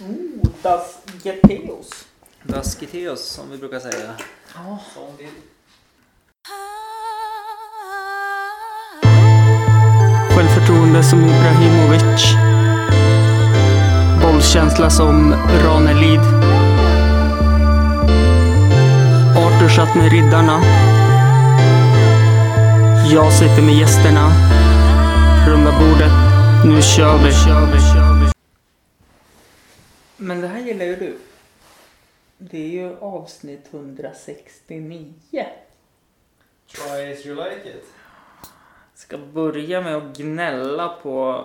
Das Geteos. Das Geteos som vi brukar säga. Ja. Självförtroende som Ibrahimovic. Bollkänsla som Ranelid. Arthur satt med riddarna. Jag sitter med gästerna. Runda bordet. Nu kör vi. Men det här gillar ju du. Det är ju avsnitt 169. Try as you like it. Ska börja med att gnälla på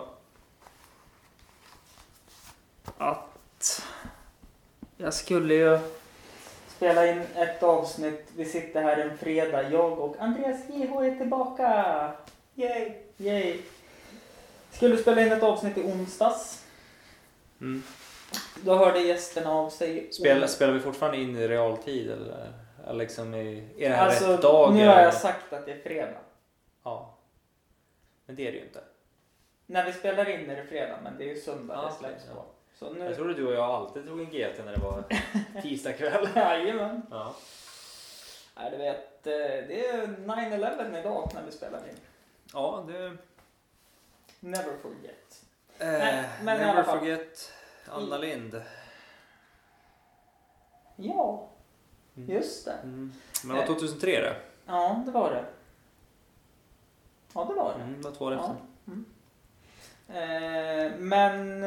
att jag skulle ju spela in ett avsnitt. Vi sitter här en fredag. Jag och Andreas JH är tillbaka. Yay, yay. Skulle spela in ett avsnitt i onsdags. Mm. Då hörde gästerna av sig. Spelar vi fortfarande in i realtid eller liksom är det här Alltså, rätt dag? nu har jag sagt att det är fredag. Ja. Men det är det ju inte. När vi spelar in är det fredag, men det är ju söndag Ja, det släpps ja. på. Så nu... Jag trodde du och jag alltid tog en GT när det var tisdag kväll. Jajamän. Ja. Nej, du vet, det är 9/11 idag när vi spelar in. Ja, det... Never forget. Nej, men i alla never fall. forget Anna Lind. Ja, just det. Mm. Men det var 2003 det? Ja, det var det. Ja, det var det. Det var 2 år efter. Ja. Men...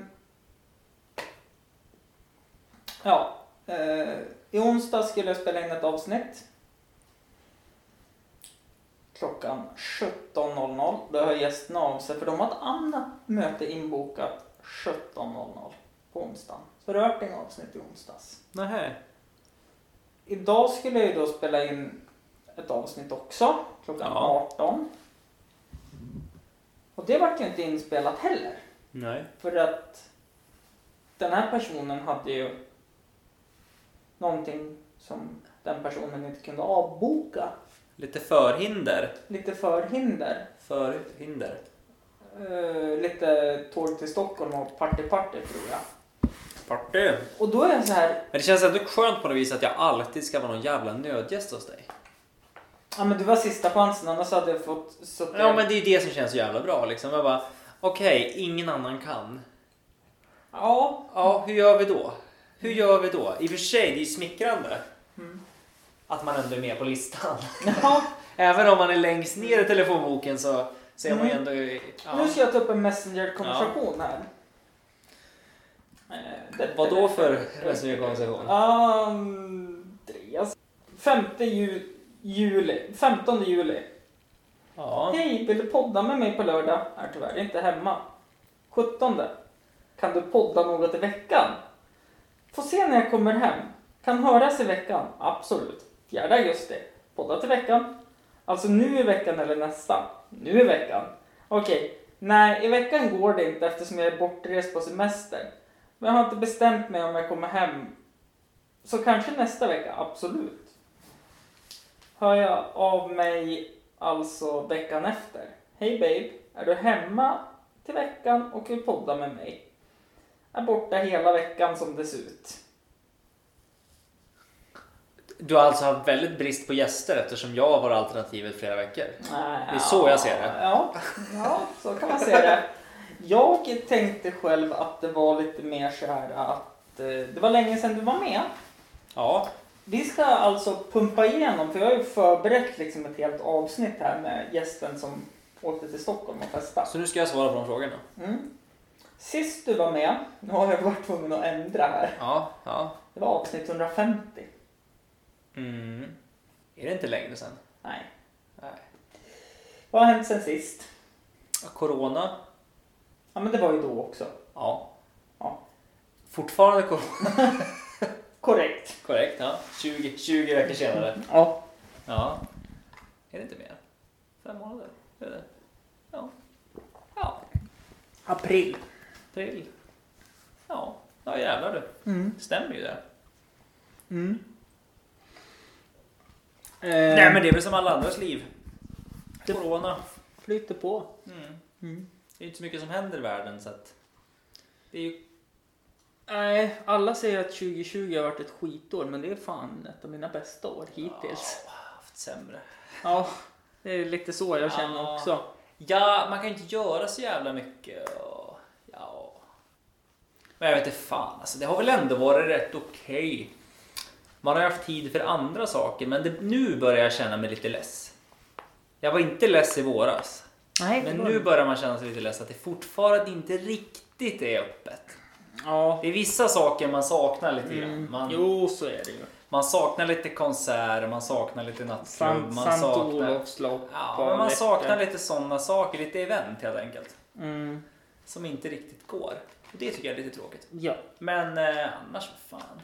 I onsdag skulle jag spela in ett avsnitt. Klockan 17.00. Då hör gästerna av sig för de har ett annat möte inbokat 17.00 på onsdagen. Så det har inga avsnitt i onsdags. Nähä. Idag skulle jag ju då spela in ett avsnitt också. Klockan 18. Och det var ju inte inspelat heller. Nej. För att den här personen hade ju någonting som den personen inte kunde avboka. Lite förhinder. Lite förhinder. Förhinder. Lite tåg till Stockholm och party tror jag. Party. Och då är jag så här... Men det känns ändå skönt på något vis att jag alltid ska vara någon jävla nödgäst hos dig. Ja, men du var sista chansen, annars hade jag fått... Ja, men det är ju det som känns så jävla bra liksom. Jag bara, okej, ingen annan kan. Ja. Ja, hur gör vi då? I och för sig, det är ju smickrande. Att man ändå är med på listan. Ja. Även om man är längst ner i telefonboken så ser man ju ändå... Ja. Nu ska jag ta upp en Messenger-konversation här. Vad då för Messenger-konversation? Andreas. 15 juli. Ja. Hej, vill du podda med mig på lördag? Är tyvärr inte hemma. 17. Kan du podda något i veckan? Får se när jag kommer hem. Kan höras i veckan? Absolut. 4 augusti. Podda till veckan. Alltså nu i veckan eller nästa? Nu i veckan. Okej. Nej, i veckan går det inte eftersom jag är bortrest på semester. Men jag har inte bestämt mig om jag kommer hem. Så kanske nästa vecka. Absolut. Hör jag av mig alltså veckan efter. Hej babe. Är du hemma till veckan och vill podda med mig? Är borta hela veckan som det ser ut. Du har alltså haft väldigt brist på gäster eftersom jag var alternativet flera veckor. Det är så jag ser det. Ja, så kan man se det. Jag tänkte själv att det var lite mer så här att det var länge sedan du var med. Ja. Vi ska alltså pumpa igenom, för jag har ju förberett liksom ett helt avsnitt här med gästen som åkte till Stockholm och festa. Så nu ska jag svara på de frågorna. Sist du var med, nu har jag varit tvungen att ändra här. Ja. Det var avsnitt 150. Är det inte längre sen? Nej. Nej. Vad har hänt sen sist? Corona. Ja, men det var ju då också. Ja. Ja. Fortfarande corona. Korrekt. Korrekt, ja. 20 veckor senare. Ja. Ja. Är det inte mer? 5 månader? Är det? Ja. April. Ja. Ja, jävlar du. Stämmer ju det. Nej, men det är väl som alla andras liv. Corona. Flyter på. Det är inte så mycket som händer i världen så att det är ju Nej, alla säger att 2020 har varit ett skitår, men det är fan ett av mina bästa år hittills. Ja, haft sämre. Ja, det är lite så jag känner också. Ja, man kan ju inte göra så jävla mycket. Ja. Men jag vet inte fan, alltså, det har väl ändå varit rätt okej. Man har haft tid för andra saker, men nu börjar jag känna mig lite less. Jag var inte less i våras. Nej, men nu börjar man känna sig lite less att det fortfarande inte riktigt är öppet. Ja. Det är vissa saker man saknar lite grann. Jo, så är det ju. Man saknar lite konserter, man saknar lite nattklubb, man saknar... Ja, men man saknar lite sådana saker, lite event helt enkelt. Mm. Som inte riktigt går. Och det tycker jag är lite tråkigt. Ja. Men annars vad fan.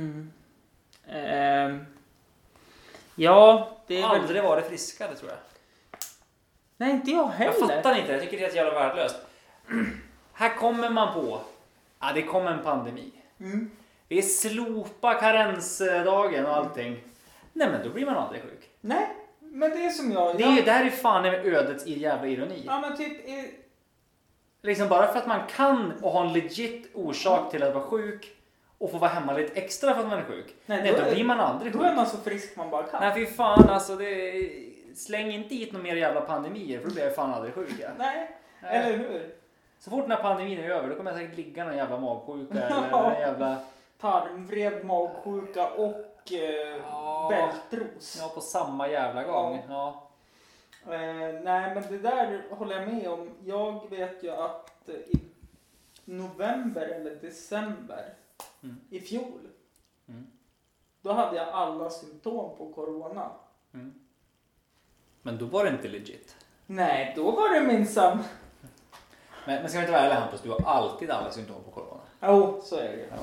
Ja, det är aldrig varit friskare tror jag. Nej, inte jag heller. Jag fattar inte, jag tycker det är helt jävla värdelöst. Här kommer man på. Ja, det kommer en pandemi. Vi slopar karensdagen och allting. Nej, men då blir man aldrig sjuk. Nej, men det är som jag... Det här är fan ödets jävla ironi. Ja, men typ... Liksom bara för att man kan och ha en legit orsak till att vara sjuk och få vara hemma lite extra för att man är sjuk. Nej, då blir man aldrig sjuk. Då är man så frisk man bara kan. Nej, fy fan alltså. Släng inte hit några mer jävla pandemier för då blir jag fan aldrig sjuk. Ja. Nej, eller hur? Så fort när pandemin är över då kommer jag säkert ligga någon jävla magsjuka eller en jävla... tarmvred, magsjuka och bältros. Ja, på samma jävla gång. Ja. Nej, men det där håller jag med om. Jag vet ju att i november eller december i fjol då hade jag alla symptom på corona. Men då var det inte legit. Nej, då var det minsann. Men ska vi inte vara ärliga Hampus, du har alltid alla symptom på corona. Jo, så är det ju. Ja.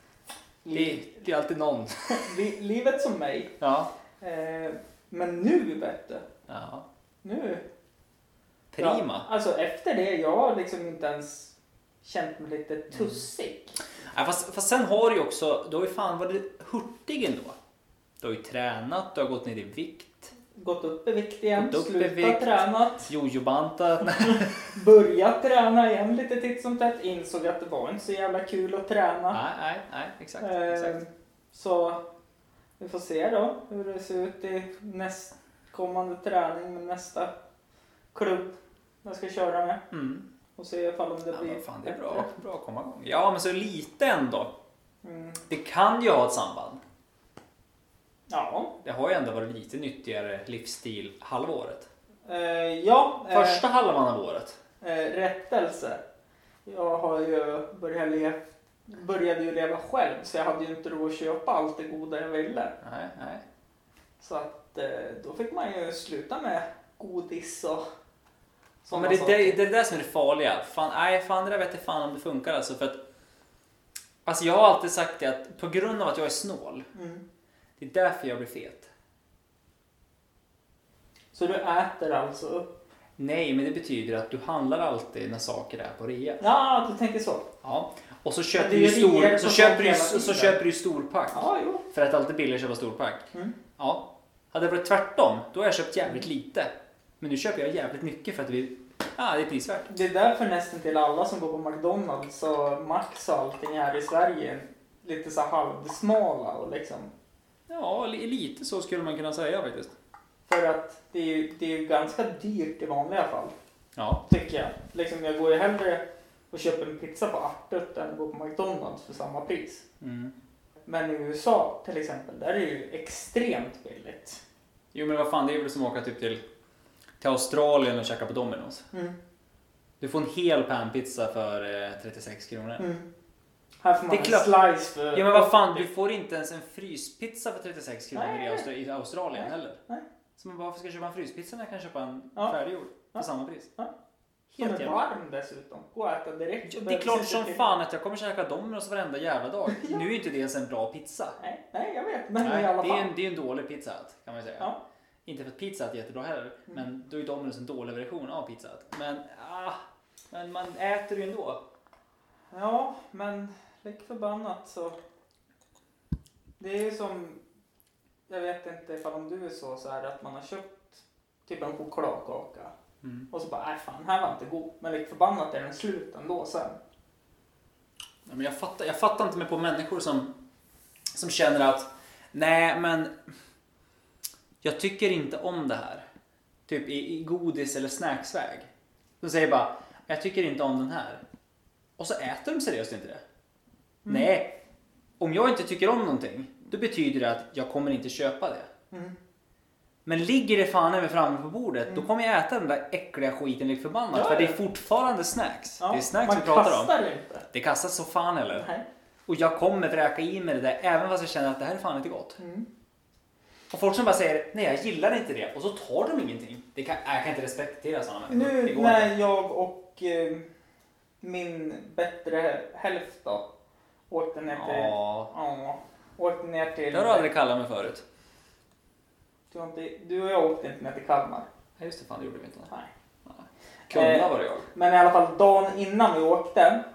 Det är alltid någon. Livet som mig. Ja. Men nu vet du. Ja. Nu. Prima. Ja, alltså efter det, jag har liksom inte ens känt mig lite tussig. Ja, fast sen har du ju också, du har ju fan varit hurtig ändå. Du har ju tränat, du har gått ner i vikt. Gått upp i vikt igen, slutat tränat. Jojobantat. Börjat träna igen lite titt som tätt. Insåg att det var inte så jävla kul att träna. Nej, exakt. Så vi får se då hur det ser ut i nästkommande träning med nästa klubb jag ska köra med. Och se ifall om det blir fan, det är bra att komma igång. Ja, men så lite ändå. Det kan ju ha ett samband. Ja. Det har ju ändå varit lite nyttigare livsstil halvåret. Första halvan av året. Rättelse. Jag har ju började ju leva själv så jag hade ju inte råd att köpa allt det goda jag ville. Nej. Så att då fick man ju sluta med godis och men det är det där som är det farliga. Fan det där vet jag fan om det funkar alltså. För att, alltså jag har alltid sagt det att på grund av att jag är snål. Det är därför jag blir fet. Så du äter alltså upp? Nej, men det betyder att du handlar alltid när saker är på rea. Ja, du tänker så. Ja. Och så köper du storpack. Ja, jo. För att det alltid är billigare att köpa storpack. Ja. Hade det varit tvärtom, då har jag köpt jävligt lite. Men nu köper jag jävligt mycket för att det är prisvärt. Det är därför nästan till alla som går på McDonalds och Max och allting här i Sverige lite så halvsmala och liksom. Ja, lite så skulle man kunna säga faktiskt. För att det är ganska dyrt i vanliga fall. Ja. Tycker jag. Liksom jag går ju hellre och köper en pizza på Artut än att gå på McDonalds för samma pris. Men i USA till exempel, där är det ju extremt billigt. Jo men vad fan, det är väl som att åka typ till Australien och käka på Domino's. Du får en hel panpizza för 36 kronor. Här får man en slice för... Ja men vad fan, du får inte ens en fryspizza för 36 kronor i Australien heller. Nej. Så man varför ska jag köpa en fryspizza när jag kan köpa en färdiggjord för samma pris? Ja. Helt jävla varm dessutom. Gå och äta direkt. Det är klart som fan att jag kommer käka Domino's varenda jävla dag. Nu är ju inte det ens en bra pizza. Nej, jag vet. Men i alla fall. Det är en dålig pizza kan man säga. Ja. Inte för att pizza är jättebra heller. Men då är Domino's en dålig version av pizza. Men man äter ju ändå. Ja, men lik förbannat så. Det är ju som... Jag vet inte ifall om du är så här att man har köpt typ en chokladkaka. Och så bara, fan, här var inte god. Men lik förbannat är den slut ändå sen. Ja, men jag fattar inte mig på människor som känner att nej, men jag tycker inte om det här. Typ i godis eller snacksväg. De säger bara, jag tycker inte om den här. Och så äter de seriöst inte det. Nej, om jag inte tycker om någonting, då betyder det att jag kommer inte köpa det. Men ligger det fan över framme på bordet, då kommer jag äta den där äckliga skiten lik förbannat. Ja, för det är fortfarande snacks. Det är snacks vi pratar om. Man kastar inte. Det kastas så fan eller. Nej. Och jag kommer vräka i mig det där, även fast jag känner att det här är fan inte gott. Och folk som bara säger, nej jag gillar inte det. Och så tar de ingenting. Jag kan inte respektera sådana människor. Nu när jag och min bättre hälft då åkte ner till... Ja. Åkte ner till... Det har du aldrig kallat mig förut. Du och jag åkte inte ner till Kalmar. Ja just det, fan det gjorde vi inte. Nej. Kunna var det jag. Men i alla fall dagen innan vi åkte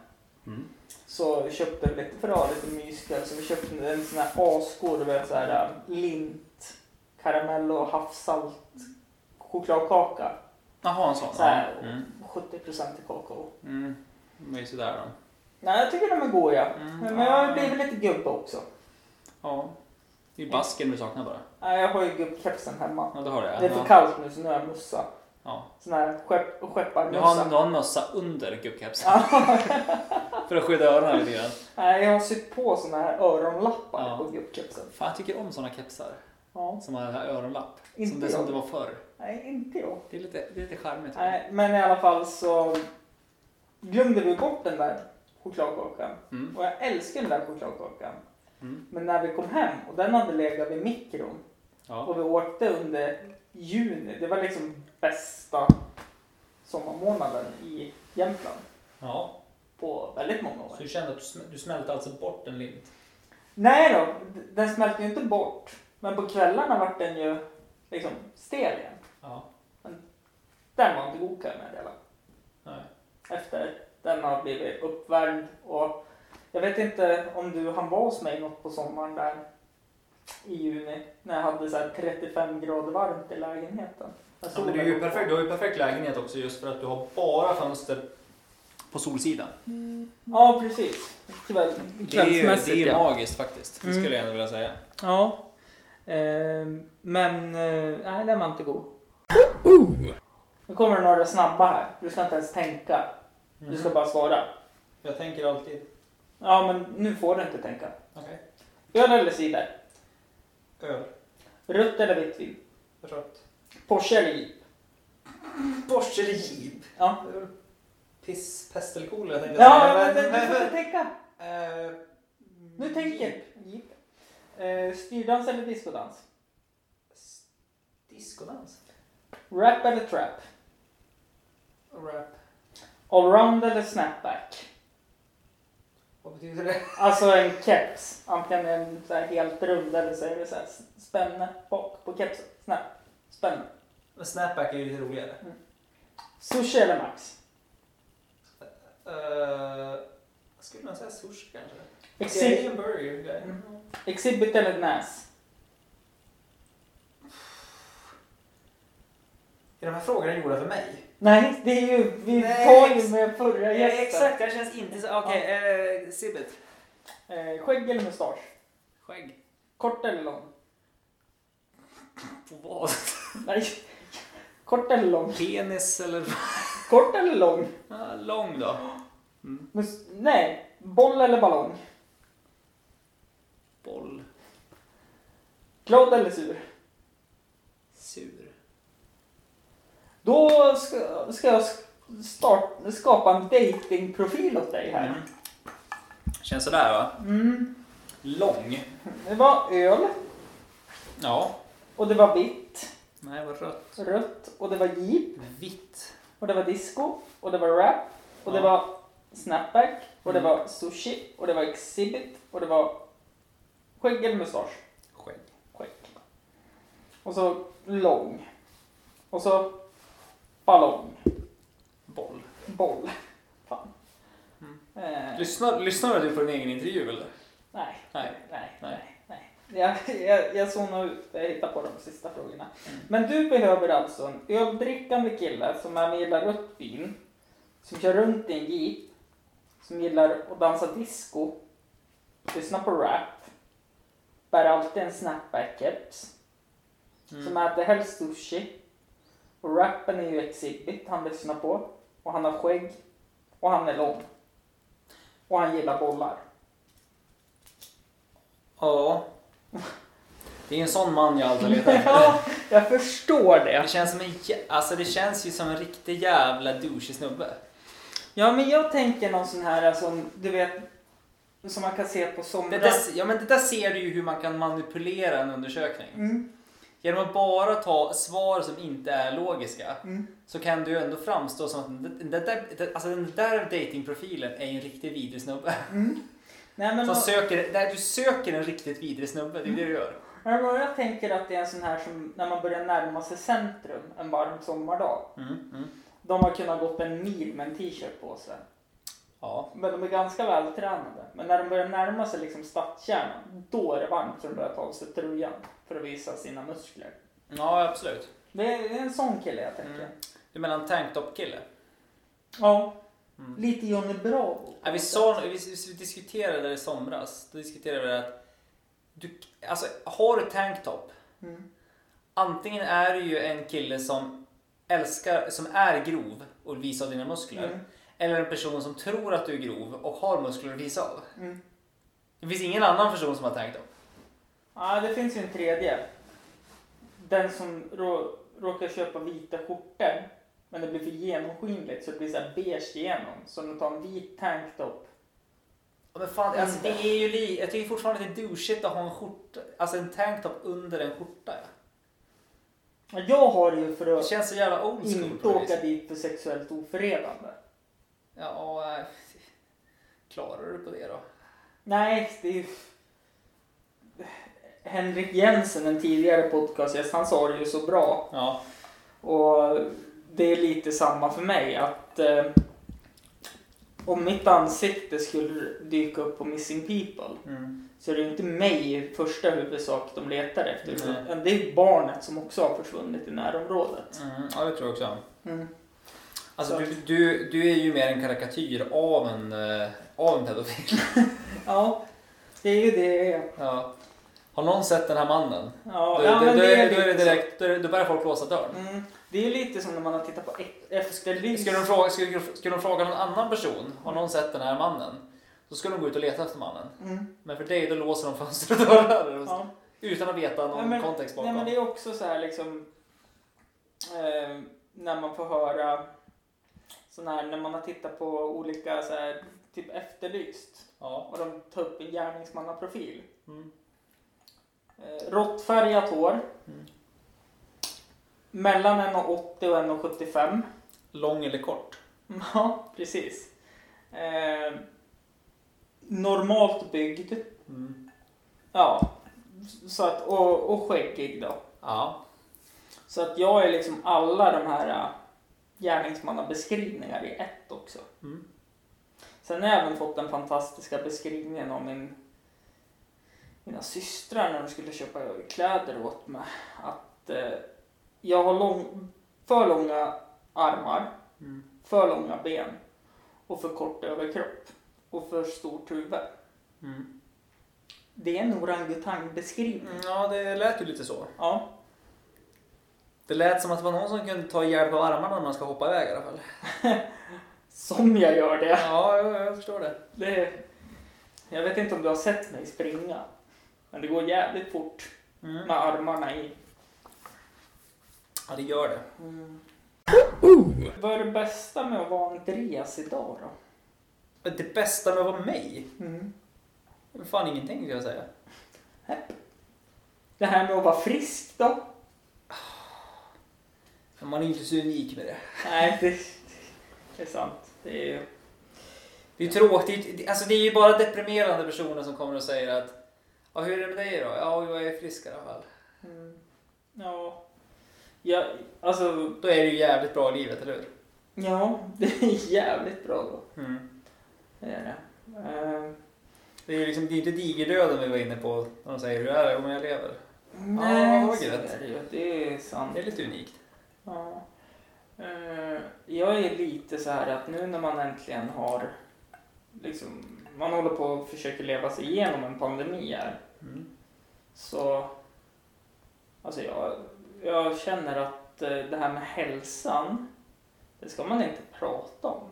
så köpte vi lite myskväll. Så vi köpte en sån här asgod, så här lint, karamell och havssalt chokladkaka. Jaha, en sån. Så här, 70% i kakao. Men sådär då. Nej, jag tycker de är goda. Men jag har blivit lite gubbe också. Ja. Det är basken du saknar bara. Nej, jag har ju gubbkepsen hemma. Ja, det har det. Det är för kallt nu så nu har jag mussa. Ja. Sån här skepparmussa. Du har en mössa under gubbkepsen. För att skydda öronen lite grann. Nej, jag har sytt på såna här öronlappar på gubbkepsen. Fan, jag tycker om såna kepsar. Ja. Som har den här öronlapp. Inte som det var förr. Nej, inte jag. Det är lite charmigt. Nej, men i alla fall så glömde vi bort den där chokladkakan. Och jag älskar den där chokladkakan. Men när vi kom hem och den hade legat vid mikron. Ja. Och vi åkte under juni. Det var liksom bästa sommarmånaden i Jämtland. Ja. På väldigt många år. Så du kände att du smälte alltså bort en lint? Nej då, den smälte ju inte bort. Men på kvällarna var den ju liksom stel igen. Ja. Men den var inte god kan jag meddela. Nej. Efter den har blivit uppvärmd. Och jag vet inte om du hann vara hos mig något på sommaren där i juni. När jag hade så här 35 grader varmt i lägenheten. Ja, men det är ju perfekt. Du har ju perfekt lägenhet också just för att du har bara fönster på solsidan. Ja, precis. Det är ju magiskt faktiskt. Det skulle jag ändå vilja säga. Ja. Men nej, den var inte god. Nu kommer det några snabba här. Du ska inte ens tänka. Du ska bara svara. Jag tänker alltid. Ja, men nu får du inte tänka. Okej. Öl eller cider? Öl. Rött eller vitt vin? Rött. Porsche eller Jeep? Porsche eller Jeep? Ja. Piss, pest eller cool jag tänkte Ja, säga. men du får inte tänka. Nu tänker Jeep. Styrdans eller diskodans? Diskodans. Rap eller trap? Rap. Allround eller snapback? Vad betyder det? Alltså en keps. Antingen en så här helt rund eller så är det så här spänne bak på kepsen. Snap. Spänne. Men snapback är ju lite roligare. Sushi eller Max? Skulle man säga sushi kanske? Exhibit eller Nas? Är de här frågorna gjorda för mig? Nej, det är ju... Vi tar ju med förra gästen. Exakt, det känns inte så... Okej, Exhibit. Skägg eller mustasch? Skägg. Kort eller lång? På vad? Nej. Kort eller lång? Penis eller... Kort eller lång? Lång då. Nej. Boll eller ballong? Boll. Glad eller sur? Sur. Då ska jag skapa en datingprofil åt dig här. Känns sådär va? Lång. Det var öl. Ja. Och det var vitt. Nej, det var rött. Rött. Och det var jeep. Vitt. Och det var disco. Och det var rap. Och det var snapback. Och det var sushi. Och det var exhibit. Och det var skägg eller mustasch? Skägg. Och så lång. Och så ballong. Boll. Fan. Lyssnar du på din egen intervju eller? Nej. Jag zonar ut. Jag hittar på de sista frågorna. Men du behöver alltså en öldrickande kille som gillar rött vin. Som kör runt i en jeep. som gillar att dansa disco, lyssna på rap, bär alltid en snapback-keps, som äter helst sushi. Och rappen är ju Exhibit han lyssnar på. Och han har skägg. Och han är lång. Och han gillar bollar. Ja. Det är en sån man jag aldrig letar efter. Ja, jag förstår det. Det känns ju som en riktig jävla douchig snubbe. Ja, men jag tänker någon sån här som, du vet, som man kan se på somrar. Det där ser du ju hur man kan manipulera en undersökning. Genom att bara ta svar som inte är logiska så kan du ändå framstå som att den där datingprofilen är en riktigt vidrig snubbe. Nej, men du söker en riktigt vidrig snubbe, det är det du gör. Jag tänker att det är en sån här som när man börjar närma sig centrum en varm sommardag. De har kunnat gått en mil med en t-shirt på sig. Ja. Men de är ganska vältränade. Men när de börjar närma sig liksom stadskärnan, då är det varmt för de börjar ta av sig tröjan för att visa sina muskler. Ja, absolut. Det är en sån kille jag tänker. Du menar en tanktop-kille? Ja, lite Johnny Bravo. Ja, vi diskuterade det i somras. Då diskuterade vi att har du tanktop, antingen är du ju en kille som är grov och visar dina muskler. Eller en person som tror att du är grov och har muskler att visa av. Det finns ingen annan person som har tanktop. Ja, det finns ju en tredje. Den som råkar köpa vita skjortor, men det blir för genomskinligt så det blir så här beige igenom. Så de tar en vit tanktop. Ja, men fan, det är ju jag tycker fortfarande att det är douchigt att ha en skjorta, alltså en tanktop under en skjorta. Ja, jag har ju för att det känns så jävla old school inte åka dit för sexuellt ofredande. Ja, klarar du på det då? Nej, det är ju... Henrik Jensen, en tidigare podcastgäst, han sa det ju så bra. Ja. Och det är lite samma för mig att om mitt ansikte skulle dyka upp på Missing People så är det inte mig i första huvudsak de letar efter. Utan det är barnet som också har försvunnit i närområdet. Ja, det tror jag också. Alltså du är ju mer en karikatyr av en pedofil. Ja, det är ju det. Ja. Har någon sett den här mannen? Ja, då börjar folk låsa dörren. Det är lite som när man har tittat på Efterlyst. Skulle de fråga någon annan person, har någon sett den här mannen? Så skulle de gå ut och leta efter mannen. Men för dig då låser de fönster och dörrar. Utan att veta någon kontext bakom. Nej, men det är också så här liksom när man får höra sån här, när man har tittat på olika så här, typ Efterlyst. Ja. Och de tar upp en gärningsmannaprofil. Råttfärgat hår. Mellan 1,80 och 1,75. Lång eller kort? Ja, precis. Normalt byggd. Ja. Så att, och skäggig då. Ja. Så att jag är liksom alla de här gärningsmannabeskrivningar i ett också. Sen har jag även fått den fantastiska beskrivningen av mina systrar när de skulle köpa kläder åt mig. Att jag har för långa armar, för långa ben och för kort överkropp och för stort huvud. Det är en orangutangbeskrivning. Ja, det lät ju lite så. Ja. Det lät som att det var någon som kunde ta hjälp av armarna när man ska hoppa iväg i alla fall. Som jag gör det. Ja, jag förstår det. Jag vet inte om du har sett mig springa. Men det går jävligt fort med armarna i. Ja, det gör det. Vad är det bästa med att vara Andreas idag då? Det bästa med att vara mig? Det är fan ingenting ska jag säga. Det här med att vara frisk då? Man är inte så unik med det. Nej, det är sant. Det är ju tråkigt. Alltså det är ju bara deprimerande personer som kommer och säger att ja, hur är det med dig då? Ja, jag är frisk i alla fall. Ja, alltså då är det ju jävligt bra i livet, eller hur? Ja, det är jävligt bra då. Det är det. Det är ju liksom, det är inte digerdöden vi var inne på när de säger hur är det om jag lever. Nej, vad så gött. det är sant. Det är lite unikt. Ja. Jag är lite så här att nu när man äntligen har liksom, man håller på och försöker leva sig igenom en pandemi här. Så alltså jag känner att det här med hälsan, det ska man inte prata om.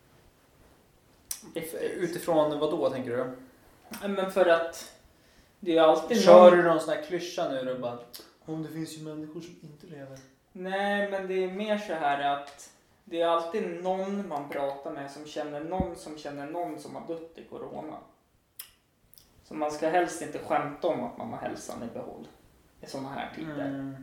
Utifrån vad då tänker du? Men för att det är alltid Kör du någon sån här klyscha nu och bara om det finns ju människor som inte lever. Nej, men det är mer så här att det är alltid någon man pratar med som känner någon som har dött i corona. Så man ska helst inte skämta om att man har hälsan i behåll i sådana här tider.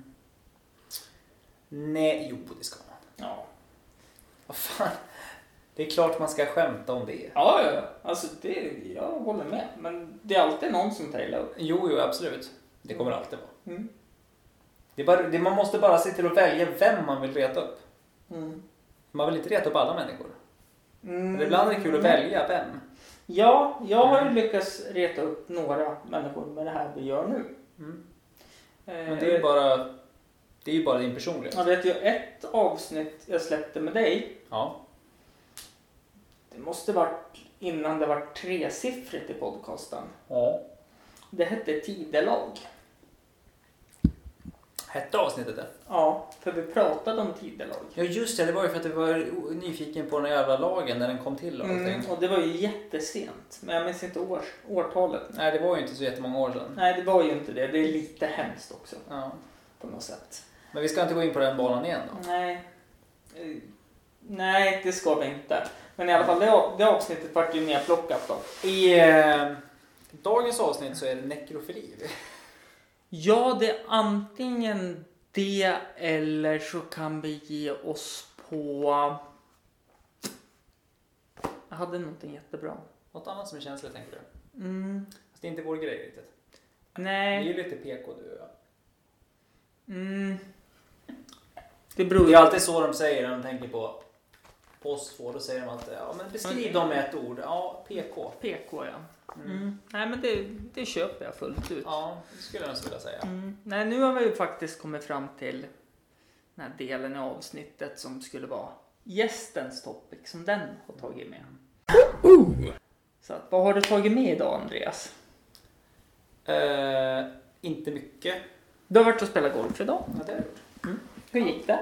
Nej, jo det ska man. Ja. Vad fan? Det är klart man ska skämta om det. Ja. Alltså jag håller med. Men det är alltid någon som tar illa upp. Jo, absolut. Det kommer alltid vara. Mm. Man måste bara se till att välja vem man vill reta upp. Man vill inte reta upp alla människor. Men ibland är det kul att välja vem. Ja, jag har ju lyckats reta upp några människor med det här vi gör nu. Men det är ju bara din personlighet. Jag vet ju ett avsnitt jag släppte med dig. Ja. Det måste varit innan det var 3-siffrigt i podcasten. Ja. Det hette Tidelag. Hette avsnittet det? Ja, för vi pratade om tidelag. Ja just det var ju för att du var nyfiken på den jävla lagen när den kom till och allting. Och det var ju jättesent. Men jag minns inte årtalet. Nej, det var ju inte så jättemånga år sedan. Nej, det var ju inte det. Det är lite hemskt också. Ja. På något sätt. Men vi ska inte gå in på den banan igen då? Nej, det ska vi inte. Men i alla fall, det avsnittet vart ju nedplockat då. I dagens avsnitt så är det nekrofili. Ja, det är antingen det eller så kan vi ge oss på... Jag hade någonting jättebra. Något annat som är känsligt tänker du? Fast det är inte vår grej riktigt. Nej. Vi är ju lite PK du och jag. Det beror Det är alltid så de säger när de tänker på oss två. Då säger de att men beskriv dem med ett ord. Ja, PK. PK, ja. Nej, men det köper jag fullt ut. Ja, det skulle jag vilja säga. Nej, nu har vi ju faktiskt kommit fram till den här delen i avsnittet som skulle vara gästens topic som den har tagit med. Så att, vad har du tagit med idag, Andreas? Inte mycket. Du har varit och spelat golf idag. Ja, det har jag gjort. Hur gick det?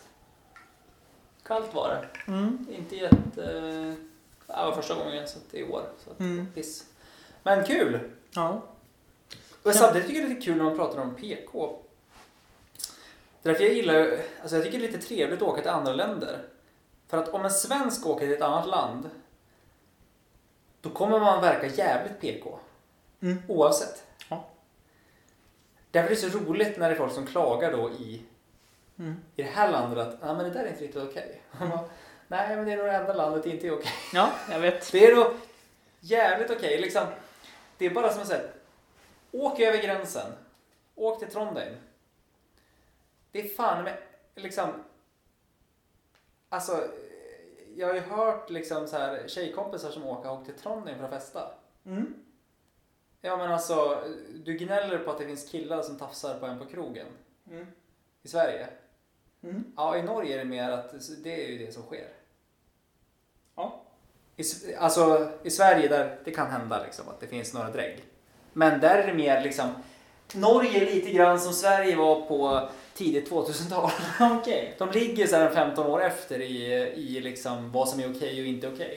Kallt var det. Inte det var första gången så att i år. Så att piss. Men kul! Ja. Och samtidigt tycker jag det är kul när man pratar om PK. Därför jag tycker det är lite trevligt att åka till andra länder. För att om en svensk åker till ett annat land, då kommer man verka jävligt PK. Oavsett. Ja. Därför är det så roligt när det är folk som klagar då i det här landet att men det där är inte riktigt okej. Nej, men det är nog det enda landet det inte är okej. Ja, jag vet. Det är då jävligt okej. Liksom, det är bara som att säga, åk över gränsen. Åk till Trondheim. Det är fan med, liksom, alltså, jag har ju hört liksom så här tjejkompisar som åker till Trondheim för att festa. Ja, men alltså, du gnäller på att det finns killar som tafsar på en på krogen. I Sverige. Ja, i Norge är det mer att det är ju det som sker. Ja. I Sverige där det kan hända liksom att det finns några drägg. Men där är det mer liksom Norge är lite grann som Sverige var på tidigt 2000-tal. Okej. De ligger så här 15 år efter i liksom vad som är okej och inte okej.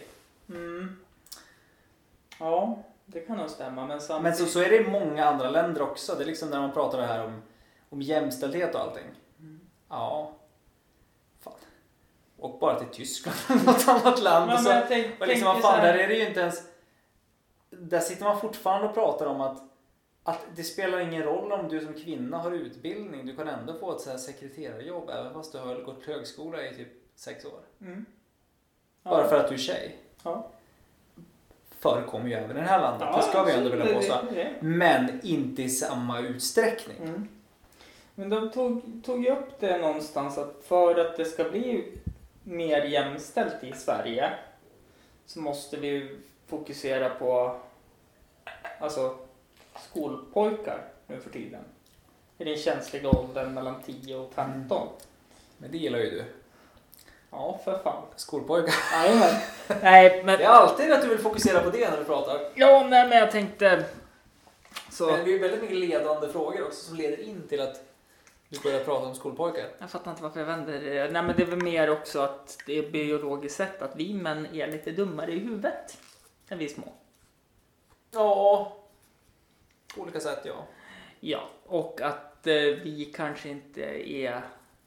Ja, det kan nog stämma. Men så är det i många andra länder också. Det är liksom när man pratar det här om jämställdhet och allting. Ja. Fan. Och bara till Tyskland eller något annat land. Men och liksom, vad fan, där är det ju inte ens... Där sitter man fortfarande och pratar om att det spelar ingen roll om du som kvinna har utbildning. Du kan ändå få ett så här sekreterarjobb även fast du har gått högskola i typ 6 år. Ja. Bara för att du är tjej. Ja. Förekommer ju även i det här landet. Ja, det ska vi ändå vilja påstå. Det. Men inte i samma utsträckning. Men de tog ju upp det någonstans att för att det ska bli mer jämställt i Sverige så måste vi fokusera på alltså skolpojkar nu för tiden. I den känsliga åldern mellan 10 och 15. Men det gillar ju du. Ja, för fan. Skolpojkar. Jajamän. Nej, men... Det är alltid att du vill fokusera på det när du pratar. Ja, nej, men jag tänkte... Så... Men det är ju väldigt mycket ledande frågor också som leder in till att du börjar prata om skolpojkar. Jag fattar inte varför jag vänder det. Nej, men det är väl mer också att det är biologiskt sett att vi män är lite dummare i huvudet än vi är små. Ja, på olika sätt ja. Ja, och att vi kanske inte är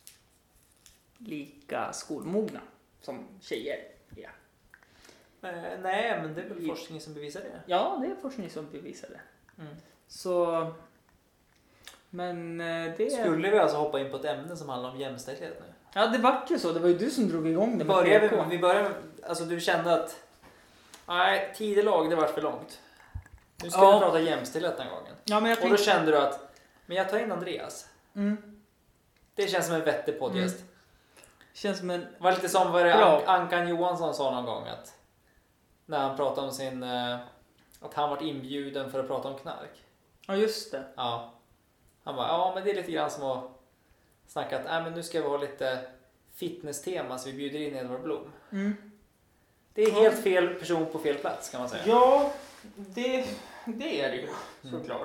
lika skolmogna som tjejer är. Nej, men det är väl forskning som bevisar det. Ja, det är forskning som bevisar det. Mm. Så... Men det... Skulle vi alltså hoppa in på ett ämne som handlar om jämställdhet nu? Ja, det var ju så. Det var ju du som drog igång det. Vi börjar alltså du kände att nej, tidelag det var för långt. Nu ska vi prata jämställdhet den gången. Ja, men jag Och då kände du att men jag tar in Andreas. Mm. Det känns som en vettig podcast. Känns som en... Det var lite som vad det Ankan Johansson sa någon gång att när han pratade om sin att han varit inbjuden för att prata om knark. Ja, just det. Ja. Han bara, ja men det är lite grann som att snacka att men nu ska vi ha lite fitness-tema så vi bjuder in Edvard Blom. Mm. Det är helt fel person på fel plats kan man säga. Ja, det är det ju såklart.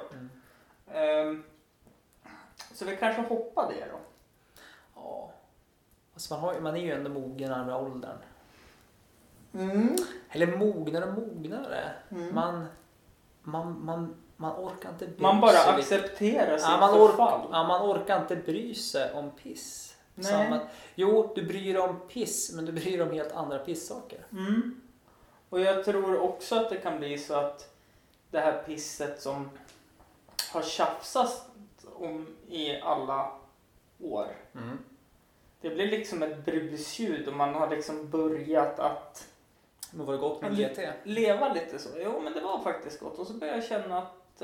Så vi kanske hoppar det då. Ja. Alltså man är ju ändå mogen med åldern. Eller mognare. Man orkar inte bry sig. Man bara accepterar sig förfall. Man orkar inte bry sig om piss. Nej. Jo, du bryr dig om piss, men du bryr dig om helt andra pissaker. Och jag tror också att det kan bli så att det här pisset som har tjafsats om i alla år. Det blir liksom ett brusljud och man har liksom börjat att... Men var det gott med GT? Leva lite så. Jo, men det var faktiskt gott. Och så började jag känna att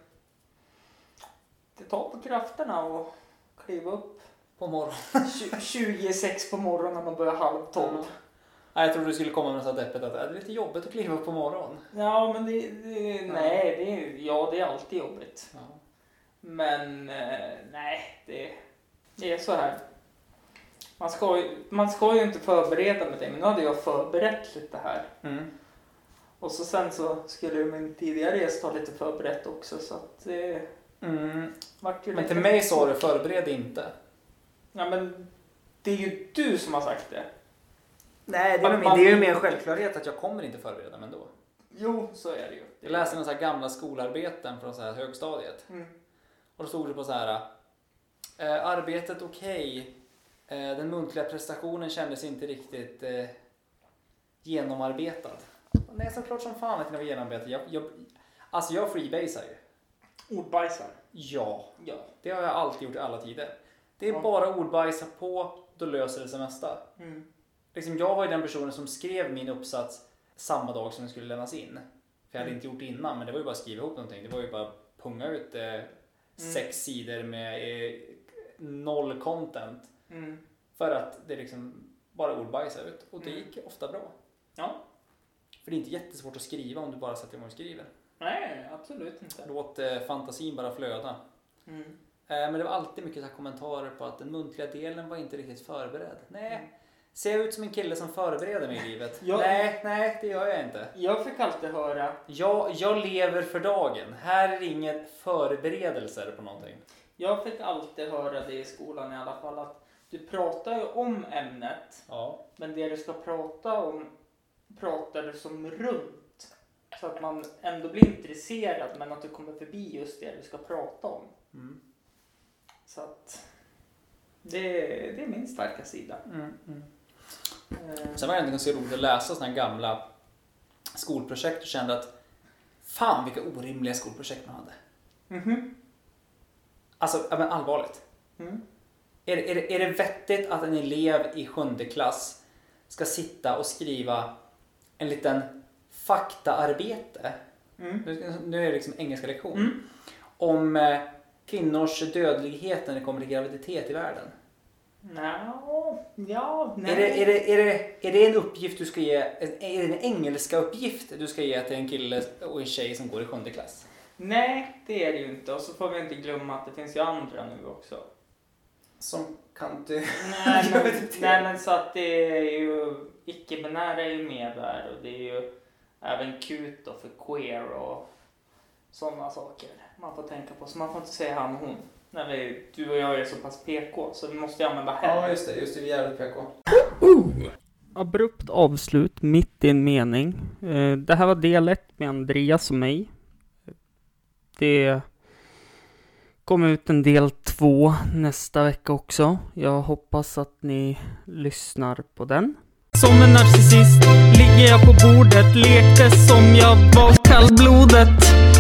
det tar på krafterna och kliva upp på morgonen. 26 på morgonen när man börjar 11:30. Nej, jag trodde du skulle komma med så deppet att det är lite jobbigt att kliva upp på morgonen. Ja, men det är alltid jobbigt. Ja. Men nej, det är så här. Man ska ju inte förbereda med det, men nu hade jag förberett lite här. Och så sen så skulle min tidigare gäst ha lite förberett också, så att det vart ju. Men till mig sa du förbered inte. Ja, men det är ju du som har sagt det. Nej, det är ju mer självklarhet att jag kommer inte förbereda mig ändå. Jo, så är det ju. Jag läste några så här gamla skolarbeten från så här högstadiet. Och då stod det på så här arbetet okej. Den muntliga prestationen kändes inte riktigt genomarbetad. Nej, såklart som fan att den var genomarbetad. Jag freebasar ju. Ordbajsar? Ja, det har jag alltid gjort i alla tider. Det är bara ordbajsa på, då löser det sig mesta. Liksom, jag var ju den personen som skrev min uppsats samma dag som den skulle lämnas in. För jag hade inte gjort det innan, men det var ju bara att skriva ihop någonting. Det var ju bara att punga ut 6 sidor med 0 content. För att det liksom bara ordbajsa ut. Och det gick ofta bra. Ja. För det är inte jättesvårt att skriva om du bara sätter igång och skriver. Nej, absolut inte. Låt fantasin bara flöda. Men det var alltid mycket så här kommentarer på att den muntliga delen var inte riktigt förberedd. Nej, ser jag ut som en kille som förbereder mig i livet? Nej, det gör jag inte. Jag fick alltid höra... Jag lever för dagen. Här är inget förberedelser på någonting. Jag fick alltid höra det i skolan i alla fall, att du pratar ju om ämnet. Ja. Men det du ska prata om pratar du som runt. Så att man ändå blir intresserad, men att du kommer förbi just det du ska prata om. Så att det är min starka sida. Sen var det ganska roligt att läsa såna här gamla skolprojekt och kände att fan vilka orimliga skolprojekt man hade. Alltså, men allvarligt. Är det vettigt att en elev i 7:e klass ska sitta och skriva en liten faktaarbete? Nu är det liksom engelska lektion. Om kvinnors dödlighet när det kommer till graviditet i världen. Nej. Är det en uppgift du ska ge? Är det en engelska uppgift du ska ge till en kille och en tjej som går i 7:e klass? Nej, det är det ju inte. Och så får vi inte glömma att det finns ju andra nu också. som kan du... Nej men så att det är ju icke-binära är ju med där och det är ju även kut då för queer och sådana saker man får tänka på. Så man får inte säga han och hon. När du och jag är så pass PK så vi måste använda hen. Ja just det, vi är jävligt PK. Abrupt avslut mitt i en mening. Det här var del 1 med Andreas och mig. Det kommer ut en del 2 nästa vecka också. Jag hoppas att ni lyssnar på den. Som en narcissist ligger jag på bordet, lekte som jag var kallblodet.